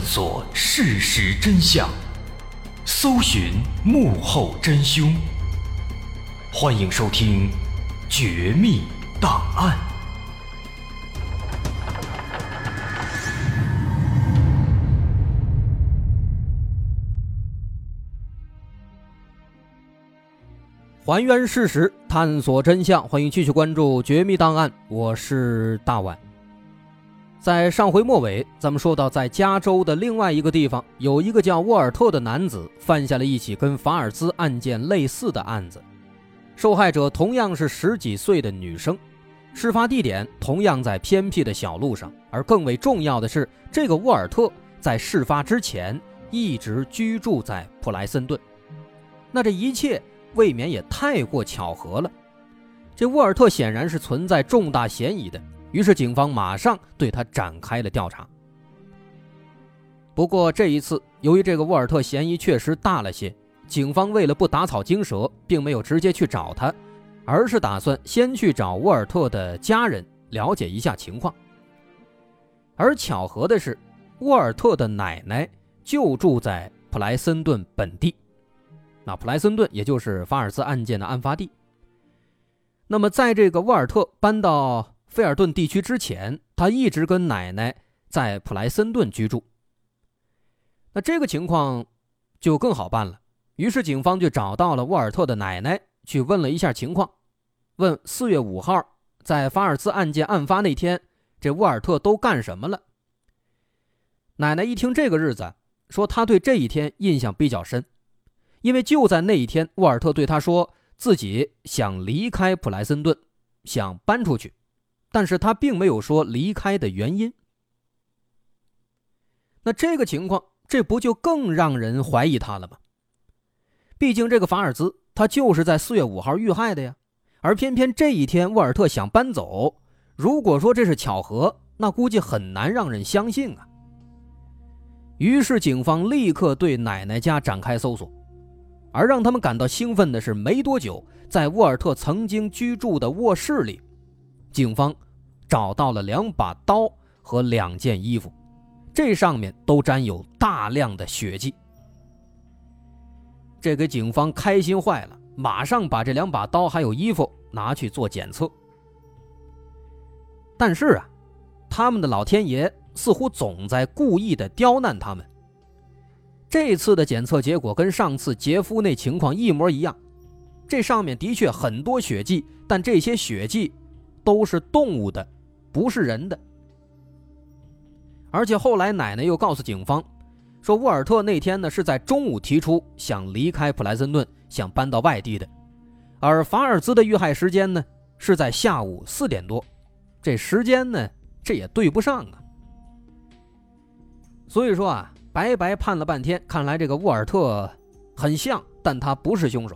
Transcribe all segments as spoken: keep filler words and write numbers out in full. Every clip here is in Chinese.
索事实真相，搜寻幕后真凶。欢迎收听《绝密档案》。 还原事实，探索真相，欢迎继续关注《绝密档案》，我是大碗。在上回末尾，咱们说到，在加州的另外一个地方，有一个叫沃尔特的男子犯下了一起跟法尔兹案件类似的案子，受害者同样是十几岁的女生，事发地点同样在偏僻的小路上，而更为重要的是，这个沃尔特在事发之前一直居住在普莱森顿。那这一切未免也太过巧合了，这沃尔特显然是存在重大嫌疑的，于是警方马上对他展开了调查。不过这一次，由于这个沃尔特嫌疑确实大了些，警方为了不打草惊蛇，并没有直接去找他，而是打算先去找沃尔特的家人了解一下情况。而巧合的是，沃尔特的奶奶就住在普莱森顿本地，那普莱森顿也就是法尔兹案件的案发地。那么在这个沃尔特搬到费尔顿地区之前，他一直跟奶奶在普莱森顿居住。那这个情况就更好办了，于是警方就找到了沃尔特的奶奶，去问了一下情况，问四月五号在法尔兹案件案发那天，这沃尔特都干什么了。奶奶一听这个日子，说他对这一天印象比较深，因为就在那一天，沃尔特对他说自己想离开普莱森顿，想搬出去，但是他并没有说离开的原因。那这个情况，这不就更让人怀疑他了吗？毕竟这个法尔兹他就是在四月五号遇害的呀，而偏偏这一天沃尔特想搬走，如果说这是巧合，那估计很难让人相信啊。于是警方立刻对奶奶家展开搜索，而让他们感到兴奋的是，没多久，在沃尔特曾经居住的卧室里，警方找到了两把刀和两件衣服，这上面都沾有大量的血迹。这给警方开心坏了，马上把这两把刀还有衣服拿去做检测。但是啊，他们的老天爷似乎总在故意的刁难他们。这次的检测结果跟上次杰夫那情况一模一样，这上面的确很多血迹，但这些血迹都是动物的，不是人的。而且后来奶奶又告诉警方说，沃尔特那天呢是在中午提出想离开普莱森顿，想搬到外地的，而法尔兹的遇害时间呢是在下午四点多，这时间呢这也对不上啊。所以说啊，白白判了半天，看来这个沃尔特很像，但他不是凶手。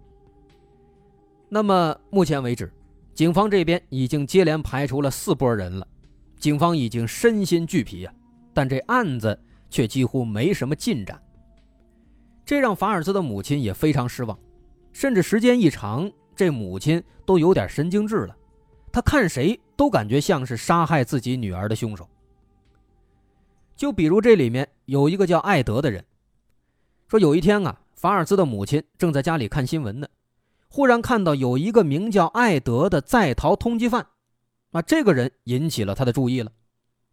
那么目前为止，警方这边已经接连排除了四波人了，警方已经身心俱疲啊，但这案子却几乎没什么进展。这让法尔兹的母亲也非常失望，甚至时间一长，这母亲都有点神经质了，她看谁都感觉像是杀害自己女儿的凶手。就比如这里面有一个叫艾德的人，说有一天啊，法尔兹的母亲正在家里看新闻呢，忽然看到有一个名叫艾德的在逃通缉犯，啊，这个人引起了他的注意了。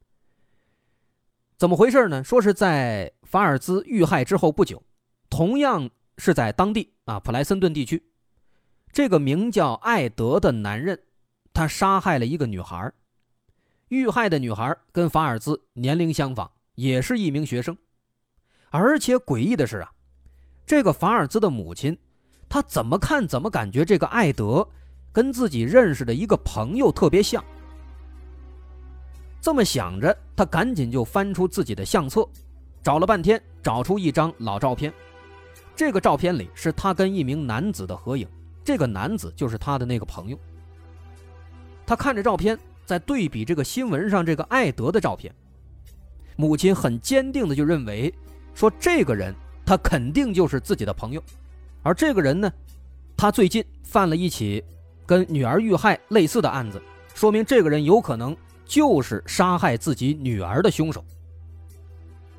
怎么回事呢？说是在法尔兹遇害之后不久，同样是在当地啊普莱森顿地区，这个名叫艾德的男人，他杀害了一个女孩。遇害的女孩跟法尔兹年龄相仿，也是一名学生。而且诡异的是啊，这个法尔兹的母亲，她怎么看怎么感觉这个艾德跟自己认识的一个朋友特别像。这么想着，她赶紧就翻出自己的相册，找了半天找出一张老照片。这个照片里是她跟一名男子的合影，这个男子就是她的那个朋友。她看着照片，再对比这个新闻上这个艾德的照片，母亲很坚定的就认为说，这个人他肯定就是自己的朋友，而这个人呢，他最近犯了一起跟女儿遇害类似的案子，说明这个人有可能就是杀害自己女儿的凶手。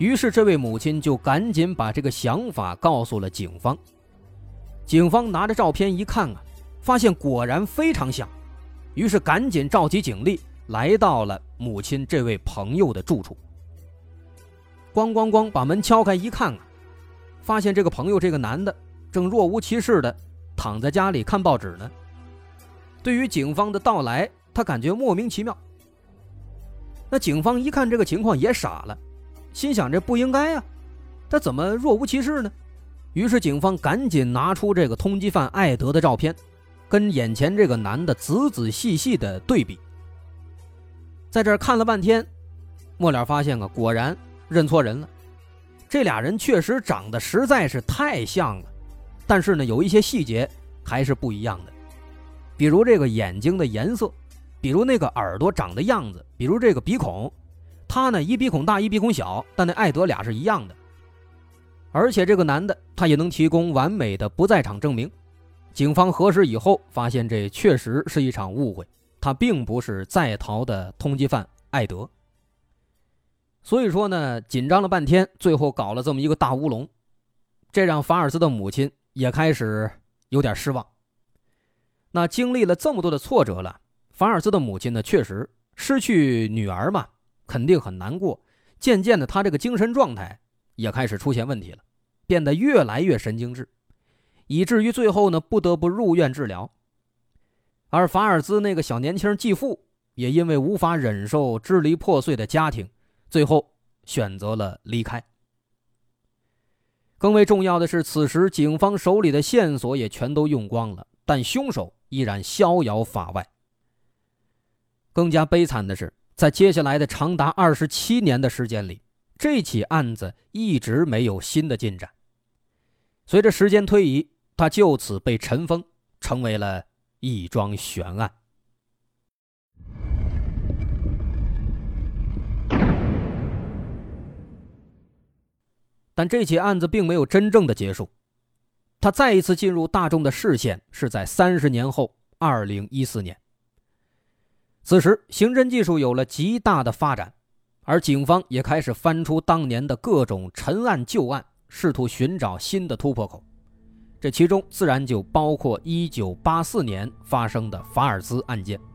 于是这位母亲就赶紧把这个想法告诉了警方。警方拿着照片一看啊，发现果然非常像，于是赶紧召集警力来到了母亲这位朋友的住处。咣咣咣把门敲开一看啊，发现这个朋友这个男的正若无其事的躺在家里看报纸呢。对于警方的到来，他感觉莫名其妙。那警方一看这个情况也傻了，心想这不应该啊，他怎么若无其事呢？于是警方赶紧拿出这个通缉犯艾德的照片，跟眼前这个男的仔仔细细的对比。在这儿看了半天，末了发现啊，果然认错人了。这俩人确实长得实在是太像了，但是呢，有一些细节还是不一样的，比如这个眼睛的颜色，比如那个耳朵长的样子，比如这个鼻孔，他呢一鼻孔大一鼻孔小，但那艾德俩是一样的。而且这个男的他也能提供完美的不在场证明。警方核实以后发现这确实是一场误会，他并不是在逃的通缉犯艾德。所以说呢，紧张了半天，最后搞了这么一个大乌龙，这让法尔兹的母亲也开始有点失望。那经历了这么多的挫折了，法尔兹的母亲呢，确实失去女儿嘛，肯定很难过。渐渐的，他这个精神状态也开始出现问题了，变得越来越神经质，以至于最后呢，不得不入院治疗。而法尔兹那个小年轻继父也因为无法忍受支离破碎的家庭，最后选择了离开。更为重要的是，此时警方手里的线索也全都用光了，但凶手依然逍遥法外。更加悲惨的是，在接下来的长达二十七年的时间里，这起案子一直没有新的进展。随着时间推移，它就此被尘封，成为了一桩悬案。但这起案子并没有真正的结束，它再一次进入大众的视线是在三十年后二零一四年。此时刑侦技术有了极大的发展，而警方也开始翻出当年的各种陈案旧案，试图寻找新的突破口。这其中自然就包括一九八四年发生的法尔兹案件。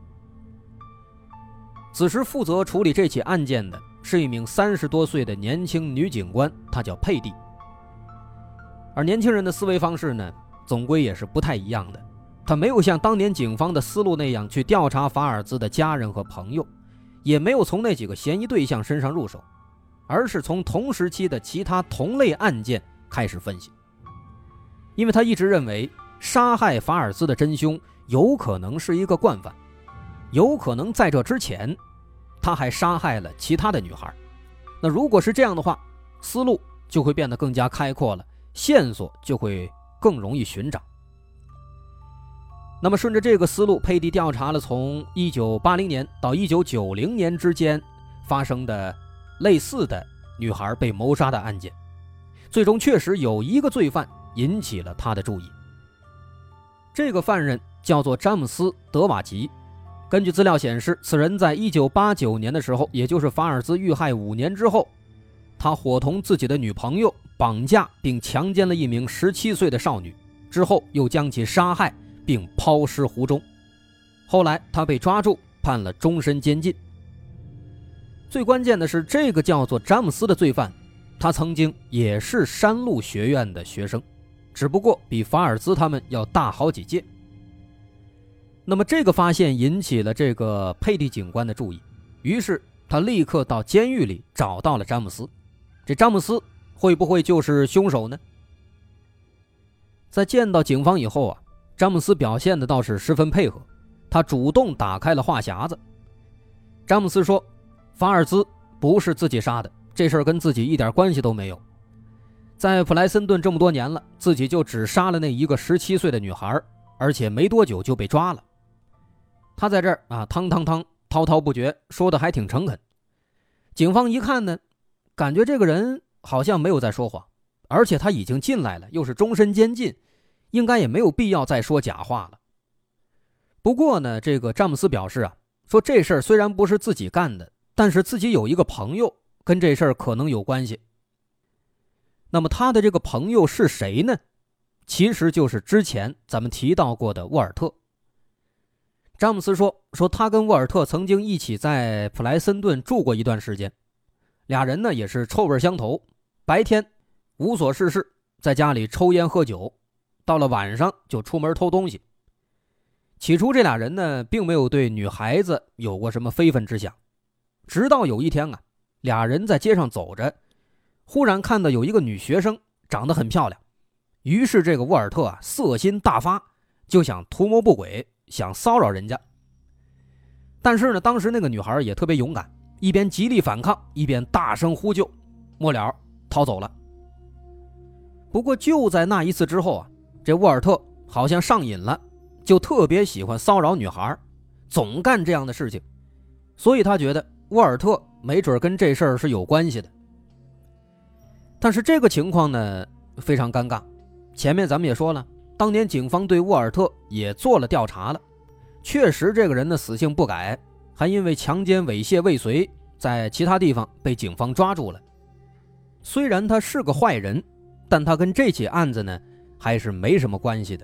此时负责处理这起案件的是一名三十多岁的年轻女警官，她叫佩蒂。而年轻人的思维方式呢，总归也是不太一样的。他没有像当年警方的思路那样去调查法尔兹的家人和朋友，也没有从那几个嫌疑对象身上入手，而是从同时期的其他同类案件开始分析。因为他一直认为杀害法尔兹的真凶有可能是一个惯犯，有可能在这之前他还杀害了其他的女孩。那如果是这样的话，思路就会变得更加开阔了，线索就会更容易寻找。那么顺着这个思路，佩蒂调查了从一九八零年到一九九零年之间发生的类似的女孩被谋杀的案件，最终确实有一个罪犯引起了他的注意。这个犯人叫做詹姆斯·德瓦吉。根据资料显示，此人在一九八九年的时候，也就是法尔兹遇害五年之后，他伙同自己的女朋友绑架并强奸了一名十七岁的少女，之后又将其杀害并抛尸湖中。后来他被抓住，判了终身监禁。最关键的是，这个叫做詹姆斯的罪犯，他曾经也是山路学院的学生，只不过比法尔兹他们要大好几届。那么这个发现引起了这个佩蒂警官的注意，于是他立刻到监狱里找到了詹姆斯。这詹姆斯会不会就是凶手呢？在见到警方以后啊，詹姆斯表现的倒是十分配合，他主动打开了话匣子。詹姆斯说，法尔兹不是自己杀的，这事儿跟自己一点关系都没有。在普莱森顿这么多年了，自己就只杀了那一个十七岁的女孩，而且没多久就被抓了。他在这儿啊，汤汤汤滔滔不绝，说的还挺诚恳。警方一看呢，感觉这个人好像没有在说谎，而且他已经进来了，又是终身监禁，应该也没有必要再说假话了。不过呢，这个詹姆斯表示啊，说这事儿虽然不是自己干的，但是自己有一个朋友跟这事儿可能有关系， 那么他的这个朋友是谁呢？其实就是之前咱们提到过的沃尔特。詹姆斯说说他跟沃尔特曾经一起在普莱森顿住过一段时间，俩人呢也是臭味相投，白天无所事事，在家里抽烟喝酒，到了晚上就出门偷东西。起初这俩人呢并没有对女孩子有过什么非分之想，直到有一天啊，俩人在街上走着，忽然看到有一个女学生长得很漂亮，于是这个沃尔特啊色心大发，就想图谋不轨，想骚扰人家。但是呢，当时那个女孩也特别勇敢，一边极力反抗，一边大声呼救，末了逃走了。不过就在那一次之后啊，这沃尔特好像上瘾了，就特别喜欢骚扰女孩，总干这样的事情，所以他觉得沃尔特没准跟这事儿是有关系的。但是这个情况呢非常尴尬，前面咱们也说了，当年警方对沃尔特也做了调查了，确实这个人的死性不改，还因为强奸猥亵未遂在其他地方被警方抓住了。虽然他是个坏人，但他跟这起案子呢还是没什么关系的。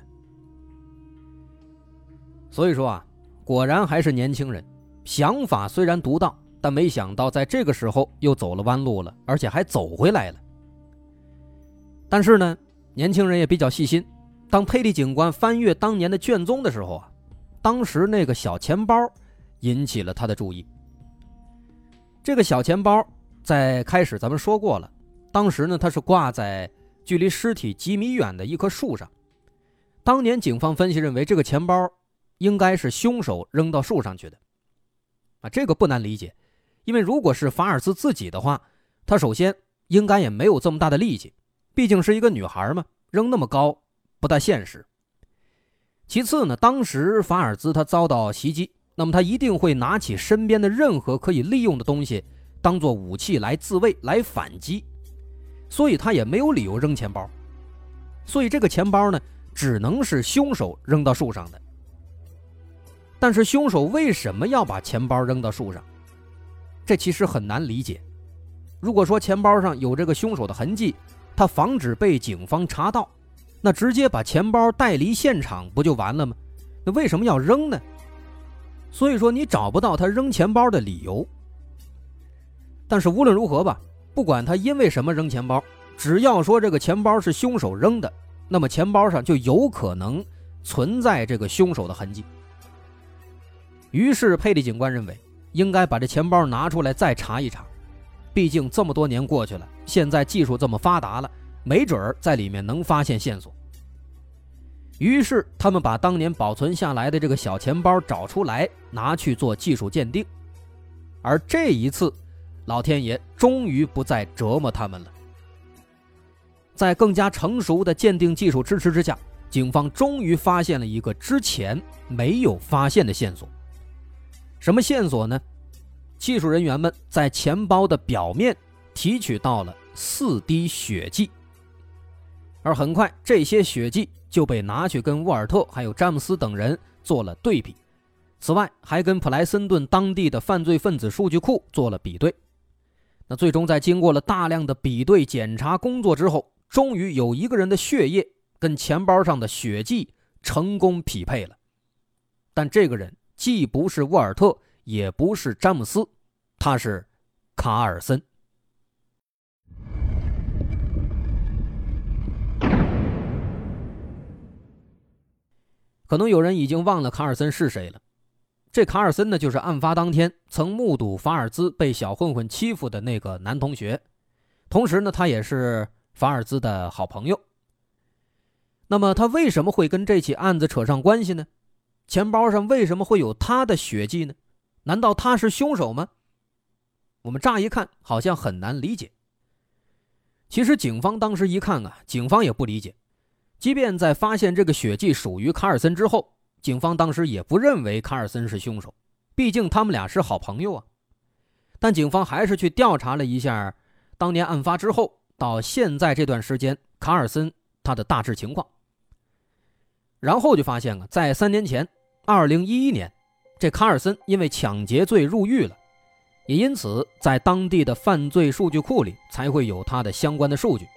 所以说啊，果然还是年轻人，想法虽然独到，但没想到在这个时候又走了弯路了，而且还走回来了。但是呢，年轻人也比较细心，当佩利警官翻阅当年的卷宗的时候啊，当时那个小钱包引起了他的注意。这个小钱包在开始咱们说过了，当时呢它是挂在距离尸体几米远的一棵树上。当年警方分析认为这个钱包应该是凶手扔到树上去的啊，这个不难理解，因为如果是法尔兹自己的话，他首先应该也没有这么大的力气，毕竟是一个女孩嘛，扔那么高不大现实。其次呢，当时法尔兹他遭到袭击，那么他一定会拿起身边的任何可以利用的东西当做武器来自卫来反击，所以他也没有理由扔钱包，所以这个钱包呢只能是凶手扔到树上的。但是凶手为什么要把钱包扔到树上？这其实很难理解。如果说钱包上有这个凶手的痕迹，他防止被警方查到，那直接把钱包带离现场不就完了吗？那为什么要扔呢？所以说你找不到他扔钱包的理由。但是无论如何吧，不管他因为什么扔钱包，只要说这个钱包是凶手扔的，那么钱包上就有可能存在这个凶手的痕迹。于是佩利警官认为应该把这钱包拿出来再查一查，毕竟这么多年过去了，现在技术这么发达了，没准儿在里面能发现线索。于是他们把当年保存下来的这个小钱包找出来，拿去做技术鉴定。而这一次老天爷终于不再折磨他们了。在更加成熟的鉴定技术支持之下，警方终于发现了一个之前没有发现的线索。什么线索呢？技术人员们在钱包的表面提取到了四滴血迹，而很快这些血迹就被拿去跟沃尔特还有詹姆斯等人做了对比，此外还跟普莱森顿当地的犯罪分子数据库做了比对。那最终在经过了大量的比对检查工作之后，终于有一个人的血液跟钱包上的血迹成功匹配了。但这个人既不是沃尔特，也不是詹姆斯，他是卡尔森。可能有人已经忘了卡尔森是谁了。这卡尔森呢，就是案发当天曾目睹法尔兹被小混混欺负的那个男同学，同时呢，他也是法尔兹的好朋友。那么他为什么会跟这起案子扯上关系呢？钱包上为什么会有他的血迹呢？难道他是凶手吗？我们乍一看好像很难理解。其实警方当时一看啊，警方也不理解。即便在发现这个血迹属于卡尔森之后，警方当时也不认为卡尔森是凶手，毕竟他们俩是好朋友啊。但警方还是去调查了一下当年案发之后到现在这段时间卡尔森他的大致情况。然后就发现啊，在三年前二零一一年，这卡尔森因为抢劫罪入狱了，也因此在当地的犯罪数据库里才会有他的相关的数据。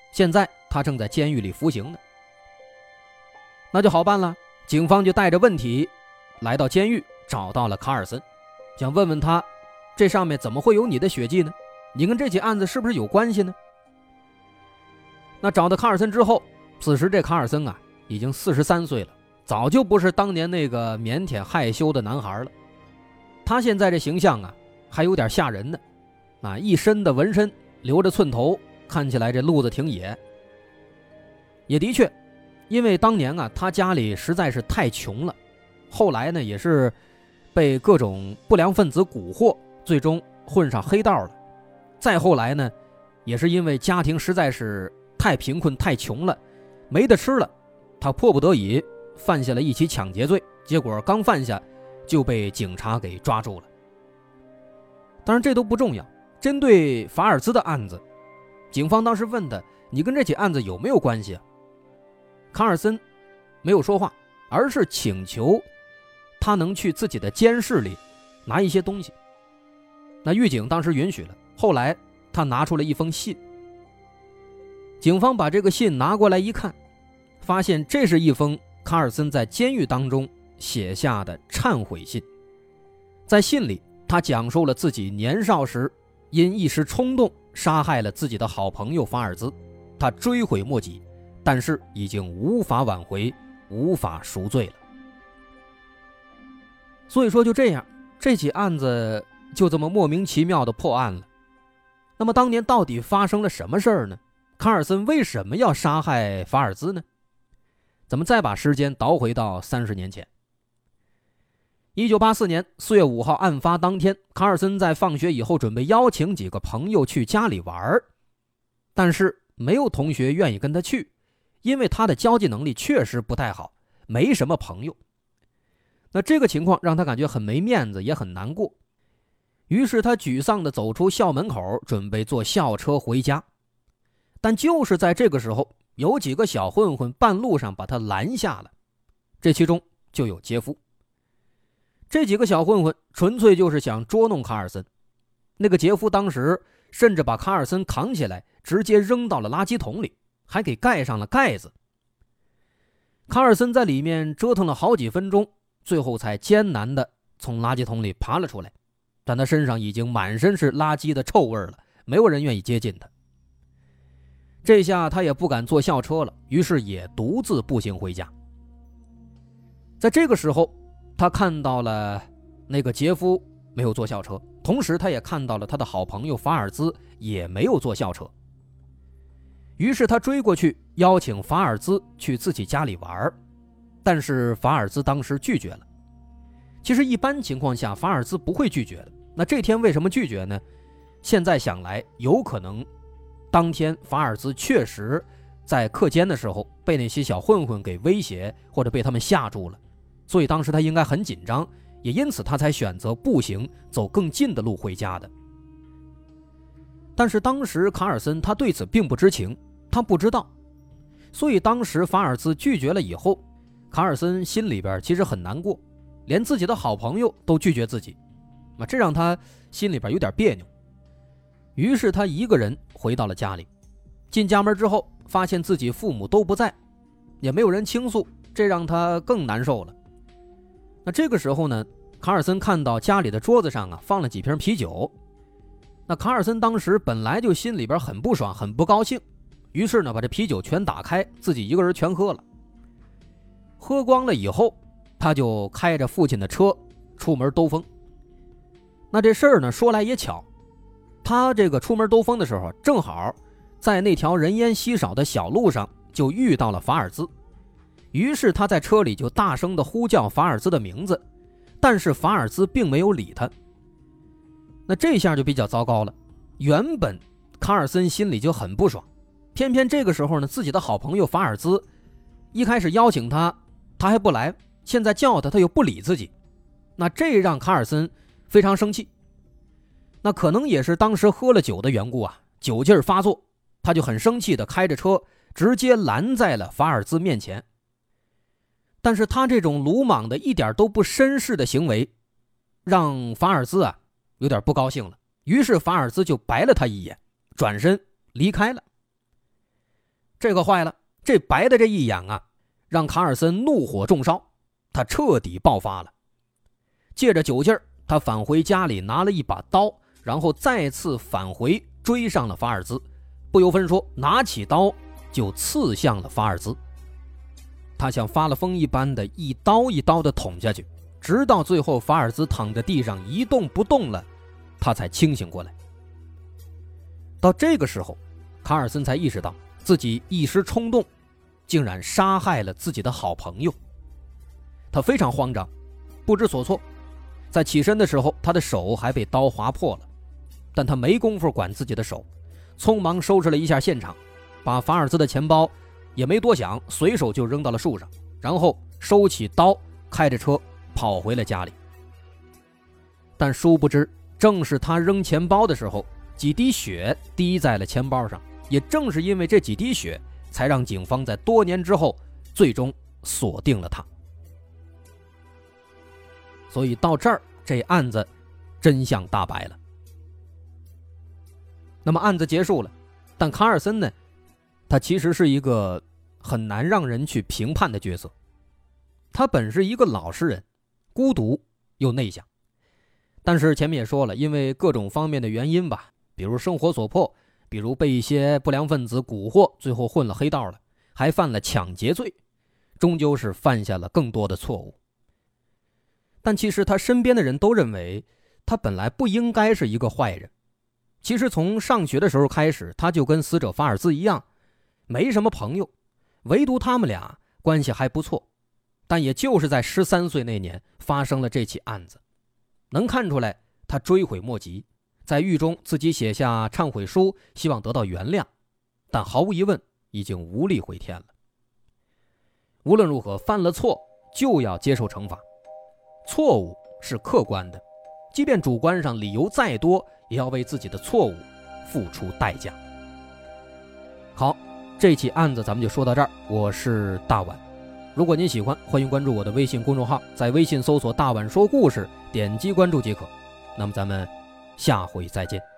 现在他正在监狱里服刑呢。那就好办了，警方就带着问题来到监狱，找到了卡尔森，想问问他这上面怎么会有你的血迹呢？你跟这起案子是不是有关系呢？那找到卡尔森之后，此时这卡尔森啊已经四十三岁了，早就不是当年那个腼腆害羞的男孩了。他现在这形象啊还有点吓人呢，啊，一身的纹身，留着寸头，看起来这路子挺野。也的确，因为当年啊他家里实在是太穷了，后来呢也是被各种不良分子蛊惑，最终混上黑道了。再后来呢也是因为家庭实在是太贫困太穷了，没得吃了，他迫不得已犯下了一起抢劫罪，结果刚犯下就被警察给抓住了。当然这都不重要，针对法尔兹的案子，警方当时问他，你跟这起案子有没有关系啊？卡尔森没有说话，而是请求他能去自己的监室里拿一些东西。那狱警当时允许了，后来他拿出了一封信。警方把这个信拿过来一看，发现这是一封卡尔森在监狱当中写下的忏悔信。在信里，他讲述了自己年少时因一时冲动杀害了自己的好朋友法尔兹，他追悔莫及，但是已经无法挽回，无法赎罪了。所以说就这样，这起案子就这么莫名其妙的破案了。那么当年到底发生了什么事儿呢？卡尔森为什么要杀害法尔兹呢？咱们再把时间倒回到三十年前。一九八四年四月五号案发当天，卡尔森在放学以后准备邀请几个朋友去家里玩，但是没有同学愿意跟他去，因为他的交际能力确实不太好，没什么朋友。那这个情况让他感觉很没面子，也很难过。于是他沮丧地走出校门口，准备坐校车回家。但就是在这个时候，有几个小混混半路上把他拦下了，这其中就有杰夫。这几个小混混纯粹就是想捉弄卡尔森。那个杰夫当时甚至把卡尔森扛起来，直接扔到了垃圾桶里，还给盖上了盖子。卡尔森在里面折腾了好几分钟，最后才艰难地从垃圾桶里爬了出来，但他身上已经满身是垃圾的臭味了，没有人愿意接近他。这下他也不敢坐校车了，于是也独自步行回家。在这个时候，他看到了那个杰夫没有坐校车，同时他也看到了他的好朋友法尔兹也没有坐校车。于是他追过去邀请法尔兹去自己家里玩，但是法尔兹当时拒绝了。其实一般情况下法尔兹不会拒绝的，那这天为什么拒绝呢？现在想来，有可能当天法尔兹确实在课间的时候被那些小混混给威胁，或者被他们吓住了，所以当时他应该很紧张，也因此他才选择步行走更近的路回家的。但是当时卡尔森他对此并不知情，他不知道，所以当时法尔兹拒绝了以后，卡尔森心里边其实很难过，连自己的好朋友都拒绝自己，这让他心里边有点别扭。于是他一个人回到了家里，进家门之后发现自己父母都不在，也没有人倾诉，这让他更难受了。那这个时候呢，卡尔森看到家里的桌子上啊放了几瓶啤酒。那卡尔森当时本来就心里边很不爽，很不高兴，于是呢把这啤酒全打开，自己一个人全喝了。喝光了以后，他就开着父亲的车出门兜风。那这事儿呢说来也巧，他这个出门兜风的时候，正好在那条人烟稀少的小路上就遇到了法尔兹。于是他在车里就大声地呼叫法尔兹的名字，但是法尔兹并没有理他。那这下就比较糟糕了，原本卡尔森心里就很不爽，偏偏这个时候呢，自己的好朋友法尔兹一开始邀请他，他还不来，现在叫他，他又不理自己，那这让卡尔森非常生气。那可能也是当时喝了酒的缘故啊，酒劲儿发作，他就很生气的开着车直接拦在了法尔兹面前。但是他这种鲁莽的一点都不绅士的行为让法尔兹啊有点不高兴了，于是法尔兹就白了他一眼，转身离开了。 这可坏了，这白的这一眼啊，让卡尔森怒火中烧，他彻底爆发了。借着酒劲儿，他返回家里拿了一把刀，然后再次返回追上了法尔兹，不由分说拿起刀就刺向了法尔兹。他像发了疯一般的一刀一刀的捅下去，直到最后法尔兹躺在地上一动不动了，他才清醒过来。到这个时候，卡尔森才意识到自己一时冲动，竟然杀害了自己的好朋友。他非常慌张，不知所措。在起身的时候，他的手还被刀划破了，但他没工夫管自己的手，匆忙收拾了一下现场，把法尔兹的钱包也没多想，随手就扔到了树上，然后收起刀，开着车跑回了家里。但殊不知，正是他扔钱包的时候，几滴血滴在了钱包上，也正是因为这几滴血，才让警方在多年之后最终锁定了他。所以到这儿，这案子真相大白了。那么案子结束了，但卡尔森呢，他其实是一个很难让人去评判的角色。他本是一个老实人，孤独又内向，但是前面也说了，因为各种方面的原因吧，比如生活所迫，比如被一些不良分子蛊惑，最后混了黑道了，还犯了抢劫罪，终究是犯下了更多的错误。但其实他身边的人都认为他本来不应该是一个坏人。其实从上学的时候开始，他就跟死者法尔兹一样，没什么朋友，唯独他们俩关系还不错。但也就是在十三岁那年发生了这起案子，能看出来他追悔莫及，在狱中自己写下忏悔书，希望得到原谅，但毫无疑问已经无力回天了。无论如何，犯了错就要接受惩罚，错误是客观的，即便主观上理由再多，也要为自己的错误付出代价。好，这起案子咱们就说到这儿，我是大碗。如果您喜欢，欢迎关注我的微信公众号，在微信搜索大碗说故事，点击关注即可。那么咱们下回再见。